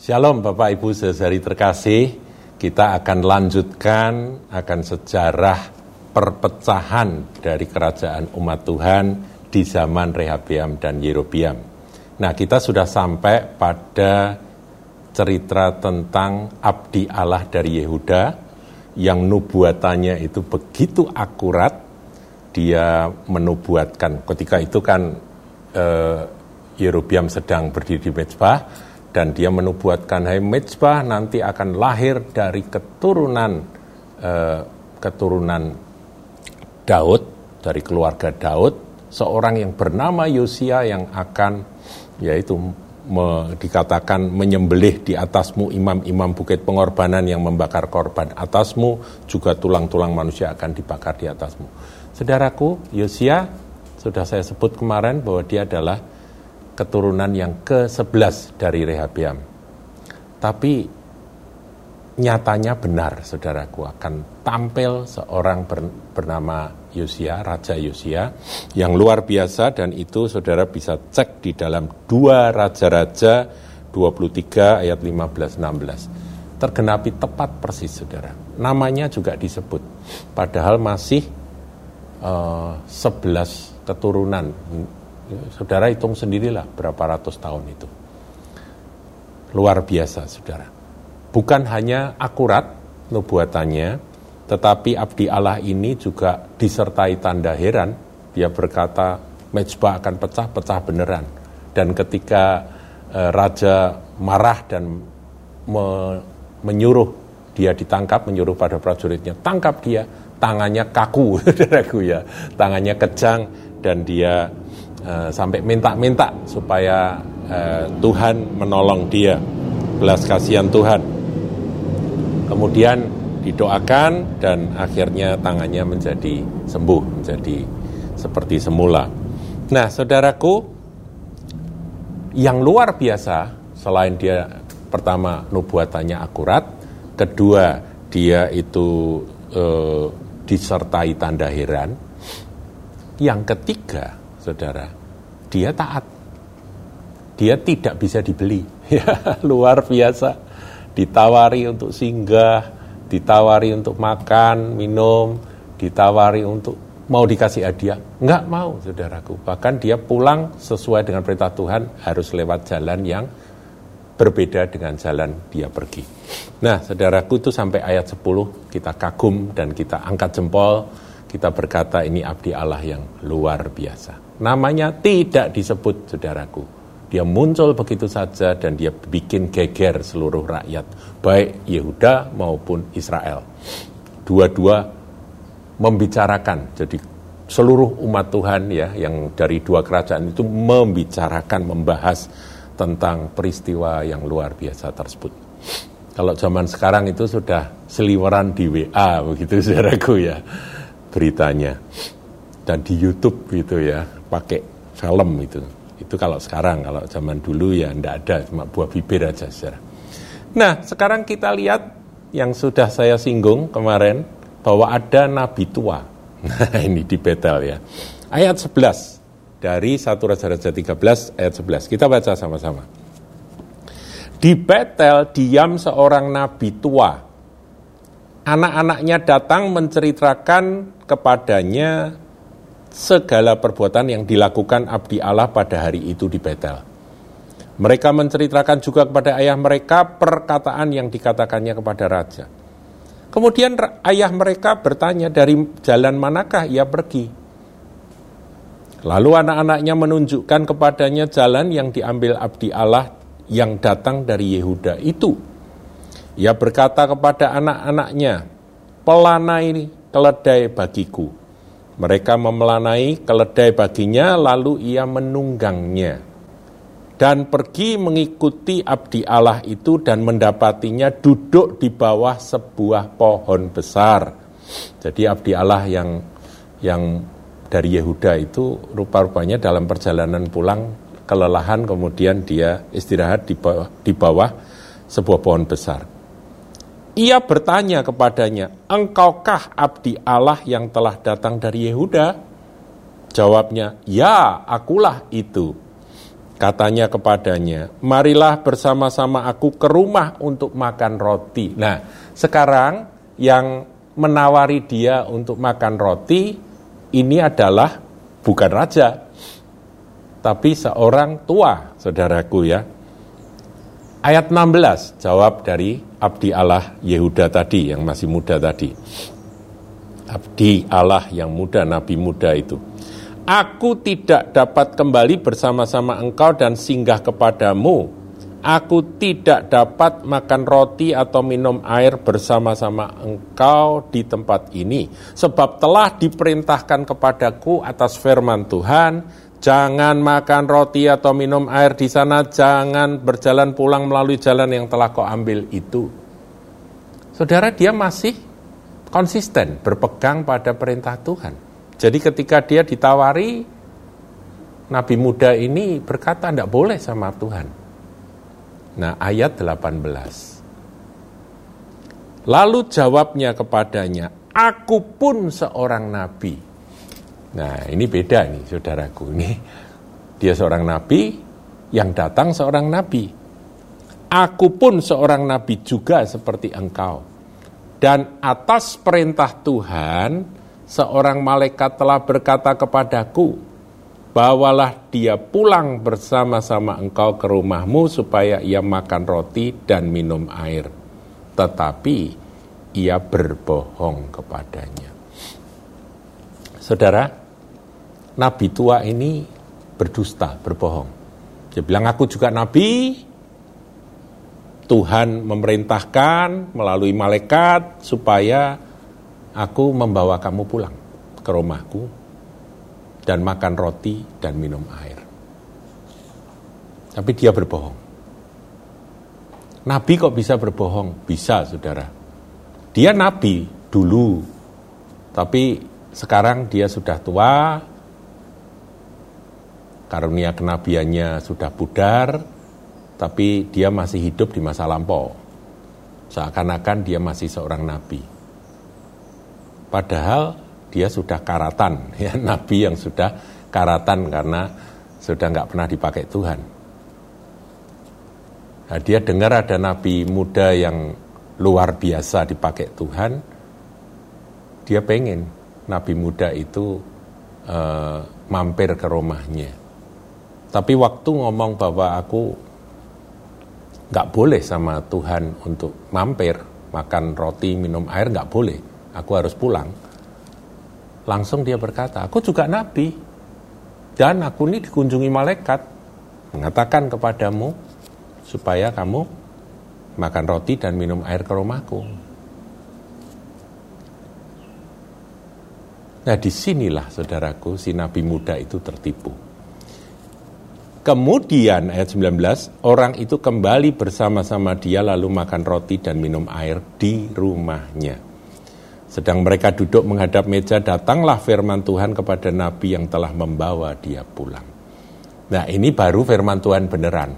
Shalom Bapak Ibu saudari terkasih, kita akan lanjutkan akan sejarah perpecahan dari kerajaan umat Tuhan di zaman Rehabeam dan Yerobeam. Nah, kita sudah sampai pada cerita tentang abdi Allah dari Yehuda yang nubuatannya itu begitu akurat. Dia menubuatkan ketika itu kan Yerobeam sedang berdiri di Mezbah, dan dia menubuatkan, hai Mezbah nanti akan lahir dari keturunan Daud, dari keluarga Daud, seorang yang bernama Yosia yang akan yaitu dikatakan menyembelih di atasmu imam-imam bukit pengorbanan yang membakar korban atasmu, juga tulang-tulang manusia akan dibakar di atasmu. Saudaraku, Yosia sudah saya sebut kemarin bahwa dia adalah keturunan yang ke-11 dari Rehabeam. Tapi nyatanya benar, saudaraku, akan tampil seorang bernama Yosia, Raja Yosia, yang luar biasa, dan itu saudara bisa cek di dalam 2 Raja-Raja 23 ayat 15-16. Tergenapi tepat persis, saudara. Namanya juga disebut, padahal masih 11 keturunan. Saudara hitung sendirilah berapa ratus tahun itu. Luar biasa, saudara. Bukan hanya akurat nubuatannya, tetapi abdi Allah ini juga disertai tanda heran. Dia berkata, Mezbah akan pecah beneran. Dan ketika raja marah dan menyuruh dia ditangkap, menyuruh pada prajuritnya, tangkap dia, tangannya kaku, saudaraku ya, tangannya kejang, dan dia sampai minta-minta supaya Tuhan menolong dia, belas kasihan Tuhan. Kemudian didoakan dan akhirnya tangannya menjadi sembuh, menjadi seperti semula. Nah, saudaraku, yang luar biasa selain dia pertama nubuatannya akurat, kedua dia itu disertai tanda heran, yang ketiga, saudara, dia taat. Dia tidak bisa dibeli. Ya, luar biasa. Ditawari untuk singgah, ditawari untuk makan, minum, ditawari untuk mau dikasih hadiah. Enggak mau, saudaraku. Bahkan dia pulang sesuai dengan perintah Tuhan, harus lewat jalan yang berbeda dengan jalan dia pergi. Nah, saudaraku, itu sampai ayat 10 kita kagum dan kita angkat jempol, kita berkata ini abdi Allah yang luar biasa. Namanya tidak disebut, saudaraku. Dia muncul begitu saja dan dia bikin geger seluruh rakyat, baik Yehuda maupun Israel. Dua-dua membicarakan, jadi seluruh umat Tuhan ya, yang dari 2 kerajaan itu membicarakan, membahas tentang peristiwa yang luar biasa tersebut. Kalau zaman sekarang itu sudah seliweran di WA begitu, saudaraku ya, beritanya. Dan di YouTube gitu ya, pakai film itu. Itu kalau sekarang, kalau zaman dulu ya enggak ada, cuma buah bibir aja, saudara. Nah, sekarang kita lihat yang sudah saya singgung kemarin, bahwa ada nabi tua. Nah, ini di Betel ya. Ayat 11. Dari 1 Raja-Raja 13 ayat 11. Kita baca sama-sama. Di Betel diam seorang nabi tua. Anak-anaknya datang menceritakan kepadanya segala perbuatan yang dilakukan abdi Allah pada hari itu di Betel. Mereka menceritakan juga kepada ayah mereka perkataan yang dikatakannya kepada raja. Kemudian ayah mereka bertanya, dari jalan manakah ia pergi? Lalu anak-anaknya menunjukkan kepadanya jalan yang diambil abdi Allah yang datang dari Yehuda itu. Ia berkata kepada anak-anaknya, pelanai keledai bagiku. Mereka memelanai keledai baginya, lalu ia menunggangnya. Dan pergi mengikuti abdi Allah itu dan mendapatinya duduk di bawah sebuah pohon besar. Jadi abdi Allah yang dari Yehuda itu rupa-rupanya dalam perjalanan pulang kelelahan, kemudian dia istirahat di bawah sebuah pohon besar. Ia bertanya kepadanya, engkaukah abdi Allah yang telah datang dari Yehuda? Jawabnya, ya, akulah itu. Katanya kepadanya, marilah bersama-sama aku ke rumah untuk makan roti. Nah, sekarang yang menawari dia untuk makan roti, ini adalah bukan raja, tapi seorang tua, saudaraku ya. Ayat 16, jawab dari abdi Allah Yehuda tadi, yang masih muda tadi. Abdi Allah yang muda, nabi muda itu. Aku tidak dapat kembali bersama-sama engkau dan singgah kepadamu. Aku tidak dapat makan roti atau minum air bersama-sama engkau di tempat ini. Sebab telah diperintahkan kepadaku atas firman Tuhan, jangan makan roti atau minum air di sana, jangan berjalan pulang melalui jalan yang telah kau ambil itu. Saudara, dia masih konsisten berpegang pada perintah Tuhan. Jadi ketika dia ditawari, nabi muda ini berkata tidak boleh sama Tuhan. Nah, ayat 18. Lalu jawabnya kepadanya, aku pun seorang nabi. Nah, ini beda nih saudaraku. Ini dia seorang nabi, yang datang seorang nabi. Aku pun seorang nabi juga seperti engkau. Dan atas perintah Tuhan, seorang malaikat telah berkata kepadaku, bawalah dia pulang bersama-sama engkau ke rumahmu supaya ia makan roti dan minum air. Tetapi ia berbohong kepadanya. Saudara, nabi tua ini berdusta, berbohong. Dia bilang, aku juga nabi, Tuhan memerintahkan melalui malaikat supaya aku membawa kamu pulang ke rumahku dan makan roti dan minum air. Tapi dia berbohong. Nabi kok bisa berbohong? Bisa, saudara. Dia nabi dulu, tapi sekarang dia sudah tua, karunia kenabiannya sudah pudar, tapi dia masih hidup di masa lampau. Seakan-akan dia masih seorang nabi. Padahal dia sudah karatan, ya, nabi yang sudah karatan karena sudah nggak pernah dipakai Tuhan. Nah, dia dengar ada nabi muda yang luar biasa dipakai Tuhan, dia pengen nabi muda itu mampir ke rumahnya. Tapi waktu ngomong bahwa aku nggak boleh sama Tuhan untuk mampir, makan roti, minum air, nggak boleh. Aku harus pulang. Langsung dia berkata, aku juga nabi. Dan aku ini dikunjungi malaikat. Mengatakan kepadamu, supaya kamu makan roti dan minum air ke rumahku. Nah, disinilah saudaraku, si nabi muda itu tertipu. Kemudian ayat 19, orang itu kembali bersama-sama dia lalu makan roti dan minum air di rumahnya. Sedang mereka duduk menghadap meja, datanglah firman Tuhan kepada nabi yang telah membawa dia pulang. Nah, ini baru firman Tuhan beneran.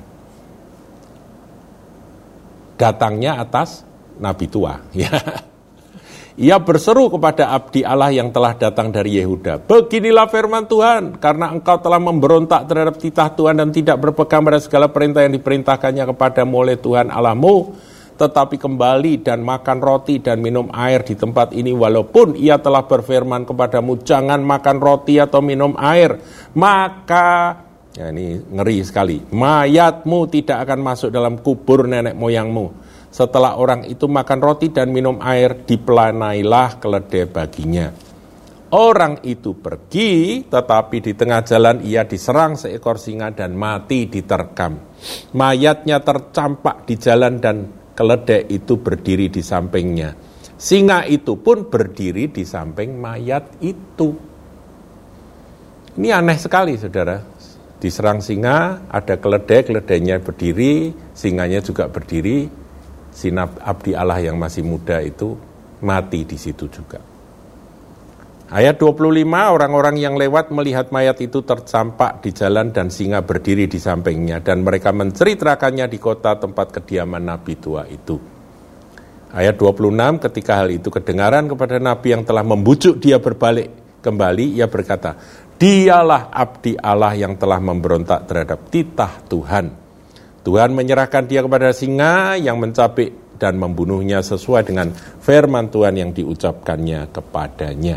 Datangnya atas nabi tua. Ya. Ia berseru kepada abdi Allah yang telah datang dari Yehuda. Beginilah firman Tuhan, karena engkau telah memberontak terhadap titah Tuhan dan tidak berpegang pada segala perintah yang diperintahkannya kepadamu oleh Tuhan Allahmu, tetapi kembali dan makan roti dan minum air di tempat ini, walaupun ia telah berfirman kepadamu, jangan makan roti atau minum air, maka, ya ini ngeri sekali, mayatmu tidak akan masuk dalam kubur nenek moyangmu. Setelah orang itu makan roti dan minum air, dipelanailah keledai baginya. Orang itu pergi, tetapi di tengah jalan ia diserang seekor singa dan mati diterkam. Mayatnya tercampak di jalan dan keledai itu berdiri di sampingnya. Singa itu pun berdiri di samping mayat itu. Ini aneh sekali, saudara. Diserang singa, ada keledai, keledainya berdiri, singanya juga berdiri. Si abdi Allah yang masih muda itu mati di situ juga. Ayat 25, orang-orang yang lewat melihat mayat itu tercampak di jalan dan singa berdiri di sampingnya, dan mereka menceritakannya di kota tempat kediaman nabi tua itu. Ayat 26, ketika hal itu kedengaran kepada nabi yang telah membujuk dia berbalik kembali, ia berkata, dialah abdi Allah yang telah memberontak terhadap titah Tuhan. Tuhan menyerahkan dia kepada singa yang mencapik dan membunuhnya sesuai dengan firman Tuhan yang diucapkannya kepadanya.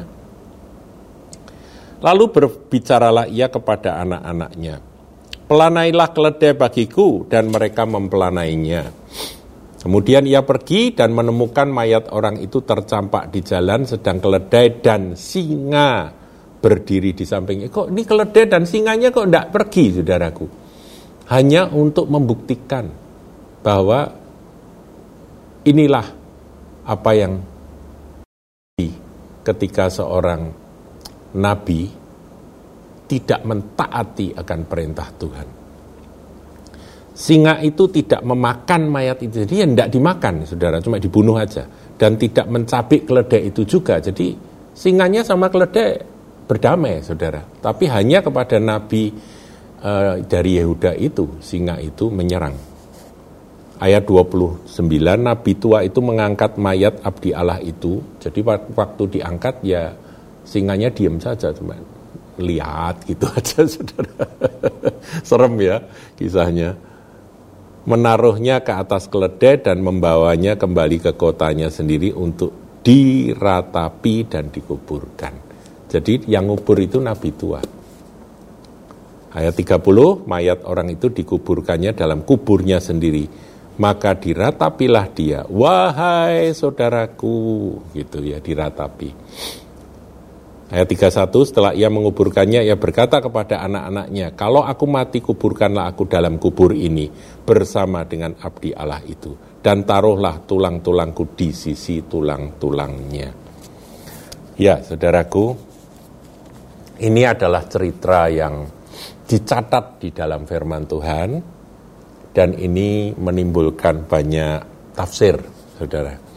Lalu berbicaralah ia kepada anak-anaknya, pelanailah keledai bagiku, dan mereka mempelanainya. Kemudian ia pergi dan menemukan mayat orang itu tercampak di jalan, sedang keledai dan singa berdiri di sampingnya. Kok ini keledai dan singanya kok tidak pergi, saudaraku? Hanya untuk membuktikan bahwa inilah apa yang ketika seorang nabi tidak mentaati akan perintah Tuhan. Singa itu tidak memakan mayat itu, jadi ya tidak dimakan, saudara, cuma dibunuh aja. Dan tidak mencabik keledai itu juga, jadi singanya sama keledai berdamai, saudara. Tapi hanya kepada nabi dari Yehuda itu, singa itu menyerang. Ayat 29, nabi tua itu mengangkat mayat abdi Allah itu, jadi waktu diangkat ya singanya diam saja, cuma lihat gitu aja, saudara. Serem ya kisahnya. Menaruhnya ke atas keledai dan membawanya kembali ke kotanya sendiri untuk diratapi dan dikuburkan. Jadi yang ngubur itu nabi tua. Ayat 30, mayat orang itu dikuburkannya dalam kuburnya sendiri. Maka diratapilah dia, wahai saudaraku, gitu ya, diratapi. Ayat 31, setelah ia menguburkannya, ia berkata kepada anak-anaknya, kalau aku mati, kuburkanlah aku dalam kubur ini, bersama dengan abdi Allah itu. Dan taruhlah tulang-tulangku di sisi tulang-tulangnya. Ya, saudaraku, ini adalah cerita yang dicatat di dalam firman Tuhan, dan ini menimbulkan banyak tafsir, saudara.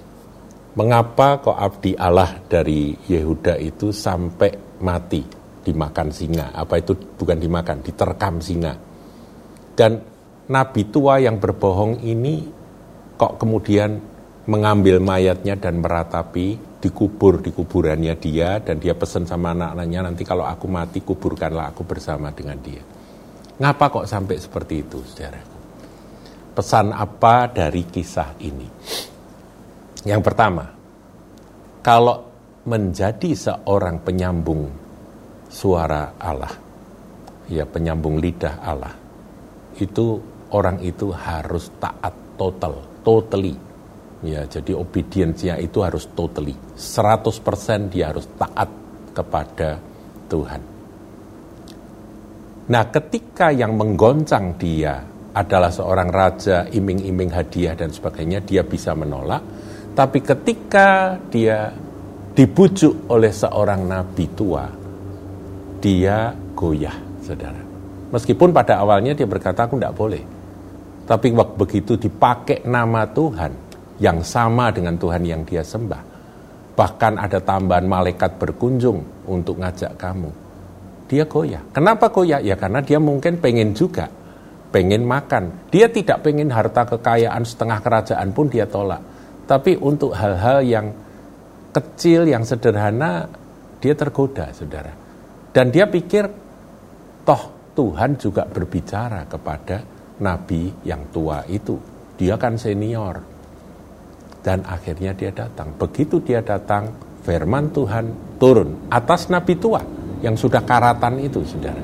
Mengapa kok abdi Allah dari Yehuda itu sampai mati dimakan singa? Apa itu bukan dimakan, diterkam singa. Dan nabi tua yang berbohong ini kok kemudian mengambil mayatnya dan meratapi, dikubur di kuburannya dia, dan dia pesan sama anak-anaknya, nanti kalau aku mati kuburkanlah aku bersama dengan dia. Ngapa kok sampai seperti itu, saudara? Pesan apa dari kisah ini? Yang pertama, kalau menjadi seorang penyambung suara Allah, ya penyambung lidah Allah, itu orang itu harus taat totally. Ya, jadi obedience-nya itu harus totally. 100% dia harus taat kepada Tuhan. Nah, ketika yang menggoncang dia adalah seorang raja, iming-iming hadiah dan sebagainya, dia bisa menolak. Tapi ketika dia dibujuk oleh seorang nabi tua, dia goyah, saudara. Meskipun pada awalnya dia berkata, aku tidak boleh. Tapi waktu begitu dipakai nama Tuhan, yang sama dengan Tuhan yang dia sembah. Bahkan ada tambahan malaikat berkunjung untuk ngajak kamu. Dia goyah. Kenapa goyah? Ya karena dia mungkin pengen juga, pengen makan. Dia tidak pengen harta kekayaan setengah kerajaan pun dia tolak. Tapi untuk hal-hal yang kecil, yang sederhana, dia tergoda, saudara. Dan dia pikir, toh Tuhan juga berbicara kepada nabi yang tua itu. Dia kan senior. Dan akhirnya dia datang. Begitu dia datang, firman Tuhan turun atas nabi tua yang sudah karatan itu, saudara.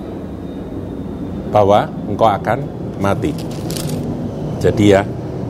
Bahwa engkau akan mati. Jadi ya,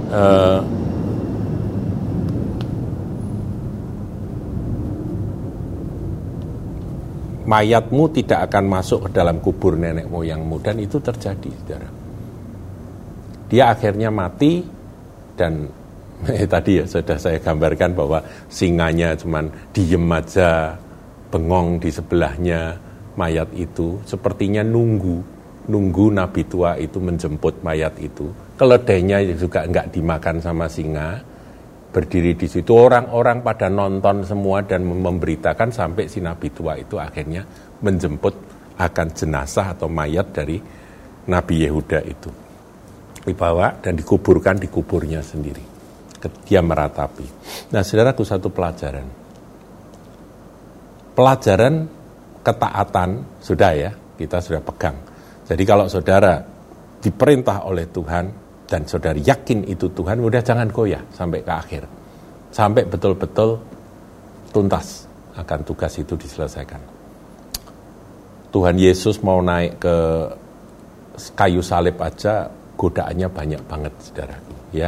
mayatmu tidak akan masuk ke dalam kubur nenek moyangmu, dan itu terjadi, saudara. Dia akhirnya mati, dan tadi ya sudah saya gambarkan bahwa singanya cuman diem aja, bengong di sebelahnya mayat itu, sepertinya nunggu nabi tua itu menjemput mayat itu. Keledainya juga enggak dimakan sama singa, berdiri di situ, orang-orang pada nonton semua dan memberitakan sampai si nabi tua itu akhirnya menjemput akan jenazah atau mayat dari nabi Yehuda itu. Dibawa dan dikuburkan di kuburnya sendiri. Dia meratapi. Nah, saudaraku, satu pelajaran. pelajaran ketaatan sudah ya, kita sudah pegang. Jadi kalau saudara diperintah oleh Tuhan dan saudara yakin itu Tuhan, udah jangan goyah sampai ke akhir. Sampai betul-betul tuntas akan tugas itu diselesaikan. Tuhan Yesus mau naik ke kayu salib aja, godaannya banyak banget, saudaraku, ya.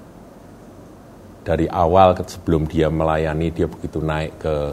Dari awal sebelum dia melayani, dia begitu naik ke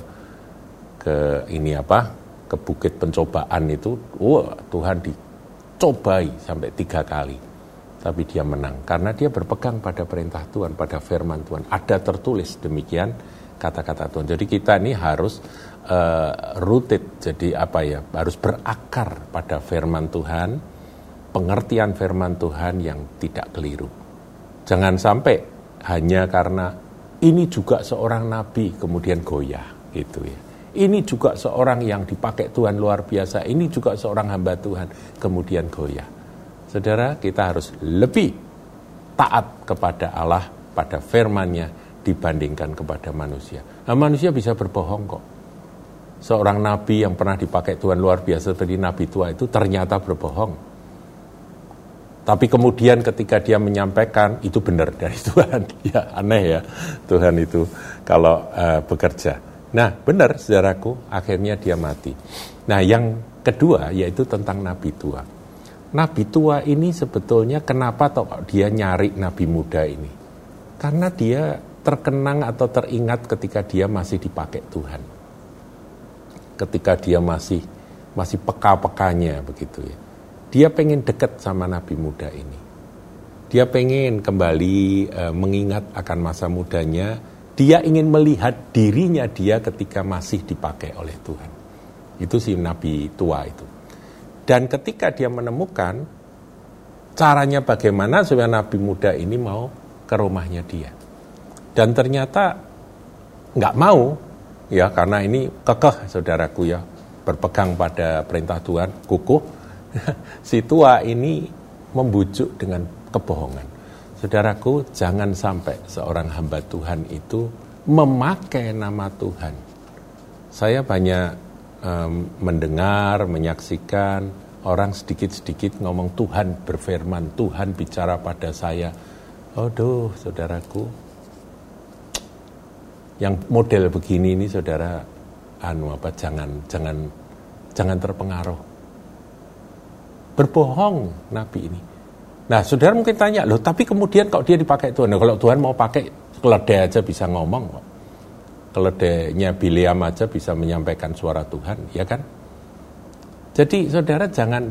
bukit pencobaan itu, Tuhan dicobai sampai 3 kali. Tapi dia menang, karena dia berpegang pada perintah Tuhan, pada firman Tuhan. Ada tertulis demikian kata-kata Tuhan. Jadi kita ini harus rooted, jadi harus berakar pada firman Tuhan, pengertian firman Tuhan yang tidak keliru. Jangan sampai hanya karena ini juga seorang nabi kemudian goyah, gitu ya. Ini juga seorang yang dipakai Tuhan luar biasa, ini juga seorang hamba Tuhan, kemudian goyah. Saudara, kita harus lebih taat kepada Allah, pada firman-Nya, dibandingkan kepada manusia. Nah, manusia bisa berbohong kok. Seorang nabi yang pernah dipakai Tuhan luar biasa seperti nabi tua itu ternyata berbohong. Tapi kemudian ketika dia menyampaikan, itu benar dari Tuhan. Ya aneh ya, Tuhan itu kalau bekerja. Nah benar saudaraku, akhirnya dia mati. Nah yang kedua yaitu tentang nabi tua. Nabi tua ini sebetulnya kenapa dia nyari nabi muda ini? Karena dia terkenang atau teringat ketika dia masih dipakai Tuhan. Ketika dia masih peka-pekanya begitu ya. Dia pengen dekat sama nabi muda ini. Dia pengen kembali mengingat akan masa mudanya. Dia ingin melihat dirinya dia ketika masih dipakai oleh Tuhan. Itu si nabi tua itu. Dan ketika dia menemukan caranya bagaimana supaya nabi muda ini mau ke rumahnya dia. Dan ternyata nggak mau, ya karena ini kekeh saudaraku ya, berpegang pada perintah Tuhan, kukuh. Si tua ini membujuk dengan kebohongan. Saudaraku, jangan sampai seorang hamba Tuhan itu memakai nama Tuhan. Saya banyak mendengar, menyaksikan orang sedikit-sedikit ngomong Tuhan berfirman, Tuhan bicara pada saya. Aduh, saudaraku, yang model begini ini saudara, jangan terpengaruh. Berbohong nabi ini. Nah, saudara mungkin tanya, loh tapi kemudian kalau dia dipakai Tuhan, nah, kalau Tuhan mau pakai keledai aja bisa ngomong kok. Keledainya Bileam aja bisa menyampaikan suara Tuhan, ya kan? Jadi saudara jangan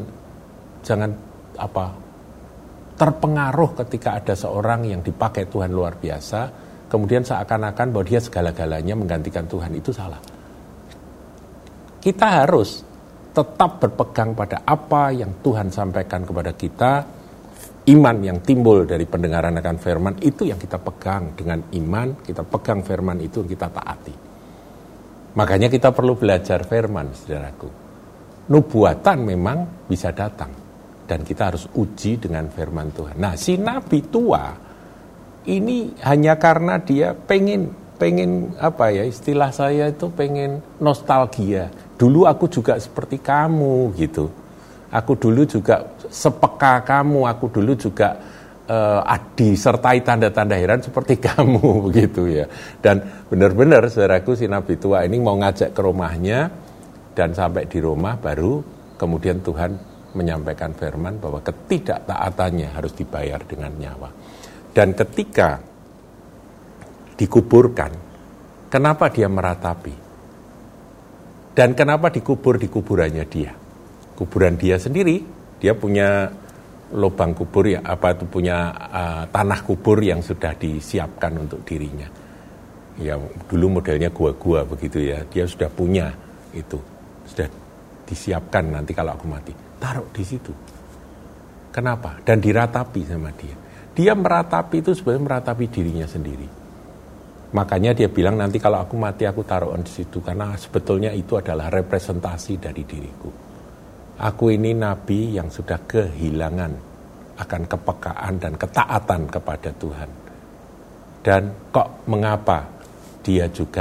terpengaruh ketika ada seorang yang dipakai Tuhan luar biasa, kemudian seakan-akan bahwa dia segala-galanya menggantikan Tuhan, itu salah. Kita harus tetap berpegang pada apa yang Tuhan sampaikan kepada kita. Iman yang timbul dari pendengaran akan firman itu yang kita pegang dengan iman, kita pegang firman itu, kita taati. Makanya kita perlu belajar firman, saudaraku. Nubuatan memang bisa datang dan kita harus uji dengan firman Tuhan. Nah, si nabi tua ini hanya karena dia pengen istilah saya itu pengen nostalgia. Dulu aku juga seperti kamu gitu. Aku dulu juga sepeka kamu, aku dulu juga disertai tanda-tanda heran seperti kamu begitu ya. Dan benar-benar saudaraku si nabi tua ini mau ngajak ke rumahnya, dan sampai di rumah baru kemudian Tuhan menyampaikan firman bahwa ketidaktaatannya harus dibayar dengan nyawa. Dan ketika dikuburkan, kenapa dia meratapi? Dan kenapa dikubur di kuburannya dia? Kuburan dia sendiri, dia punya lubang kubur ya, punya tanah kubur yang sudah disiapkan untuk dirinya. Ya dulu modelnya gua-gua begitu ya, dia sudah punya itu, sudah disiapkan nanti kalau aku mati, taruh di situ. Kenapa? Dan diratapi sama dia. Dia meratapi itu sebenarnya meratapi dirinya sendiri. Makanya dia bilang nanti kalau aku mati aku taruh di situ, karena sebetulnya itu adalah representasi dari diriku. Aku ini nabi yang sudah kehilangan akan kepekaan dan ketaatan kepada Tuhan. Dan kok mengapa dia juga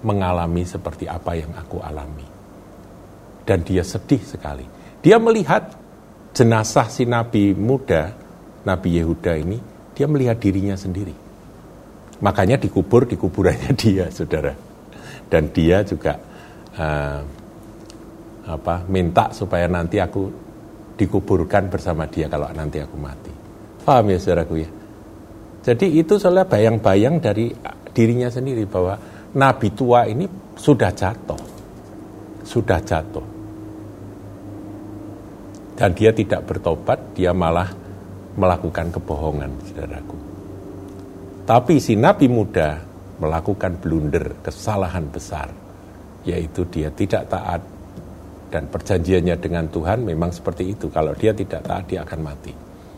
mengalami seperti apa yang aku alami. Dan dia sedih sekali. Dia melihat jenazah si nabi muda, Nabi Yehuda ini, dia melihat dirinya sendiri. Makanya dikubur di kuburannya dia, saudara. Dan dia juga minta supaya nanti aku dikuburkan bersama dia kalau nanti aku mati. Paham ya saudaraku ya? Jadi itu soalnya bayang-bayang dari dirinya sendiri bahwa nabi tua ini sudah jatuh. Dan dia tidak bertobat, dia malah melakukan kebohongan, saudaraku. Tapi si nabi muda melakukan blunder, kesalahan besar, yaitu dia tidak taat, dan perjanjiannya dengan Tuhan memang seperti itu. Kalau dia tidak taat, dia akan mati.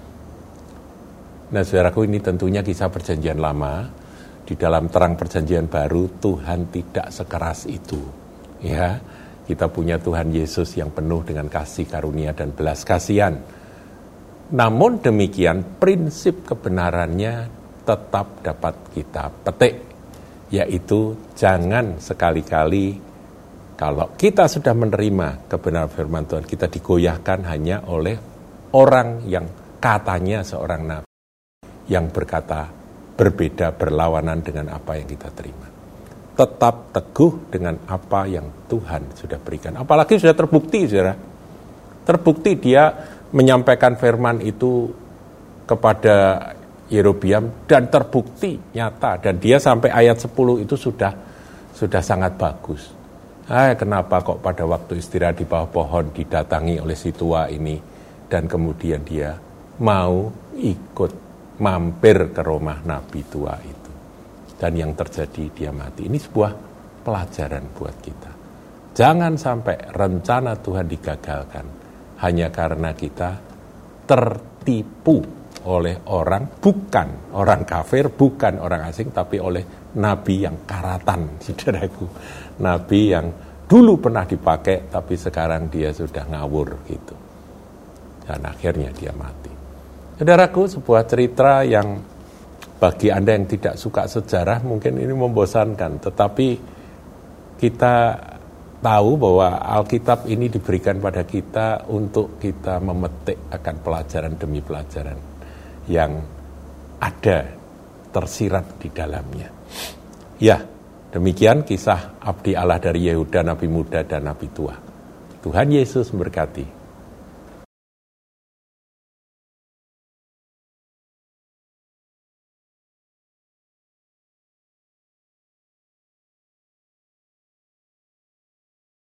Nah, saudaraku, ini tentunya kisah perjanjian lama. Di dalam terang perjanjian baru, Tuhan tidak sekeras itu. Ya, kita punya Tuhan Yesus yang penuh dengan kasih karunia dan belas kasihan. Namun demikian, prinsip kebenarannya tetap dapat kita petik, yaitu jangan sekali-kali kalau kita sudah menerima kebenaran firman Tuhan, kita digoyahkan hanya oleh orang yang katanya seorang nabi, yang berkata berbeda, berlawanan dengan apa yang kita terima. Tetap teguh dengan apa yang Tuhan sudah berikan. Apalagi sudah terbukti, saudara. Terbukti dia menyampaikan firman itu kepada Yerobeam dan terbukti nyata. Dan dia sampai ayat 10 itu sudah sangat bagus. Kenapa kok pada waktu istirahat di bawah pohon didatangi oleh si tua ini dan kemudian dia mau ikut mampir ke rumah nabi tua itu. Dan yang terjadi dia mati. Ini sebuah pelajaran buat kita. Jangan sampai rencana Tuhan digagalkan hanya karena kita tertipu oleh orang, bukan orang kafir, bukan orang asing, tapi oleh nabi yang karatan, saudaraku. Nabi yang dulu pernah dipakai, tapi sekarang dia sudah ngawur gitu. Dan akhirnya dia mati. Saudaraku, sebuah cerita yang bagi Anda yang tidak suka sejarah mungkin ini membosankan, tetapi kita tahu bahwa Alkitab ini diberikan pada kita untuk kita memetik akan pelajaran demi pelajaran yang ada tersirat di dalamnya. Ya, demikian kisah abdi Allah dari Yehuda, nabi muda dan nabi tua. Tuhan Yesus memberkati.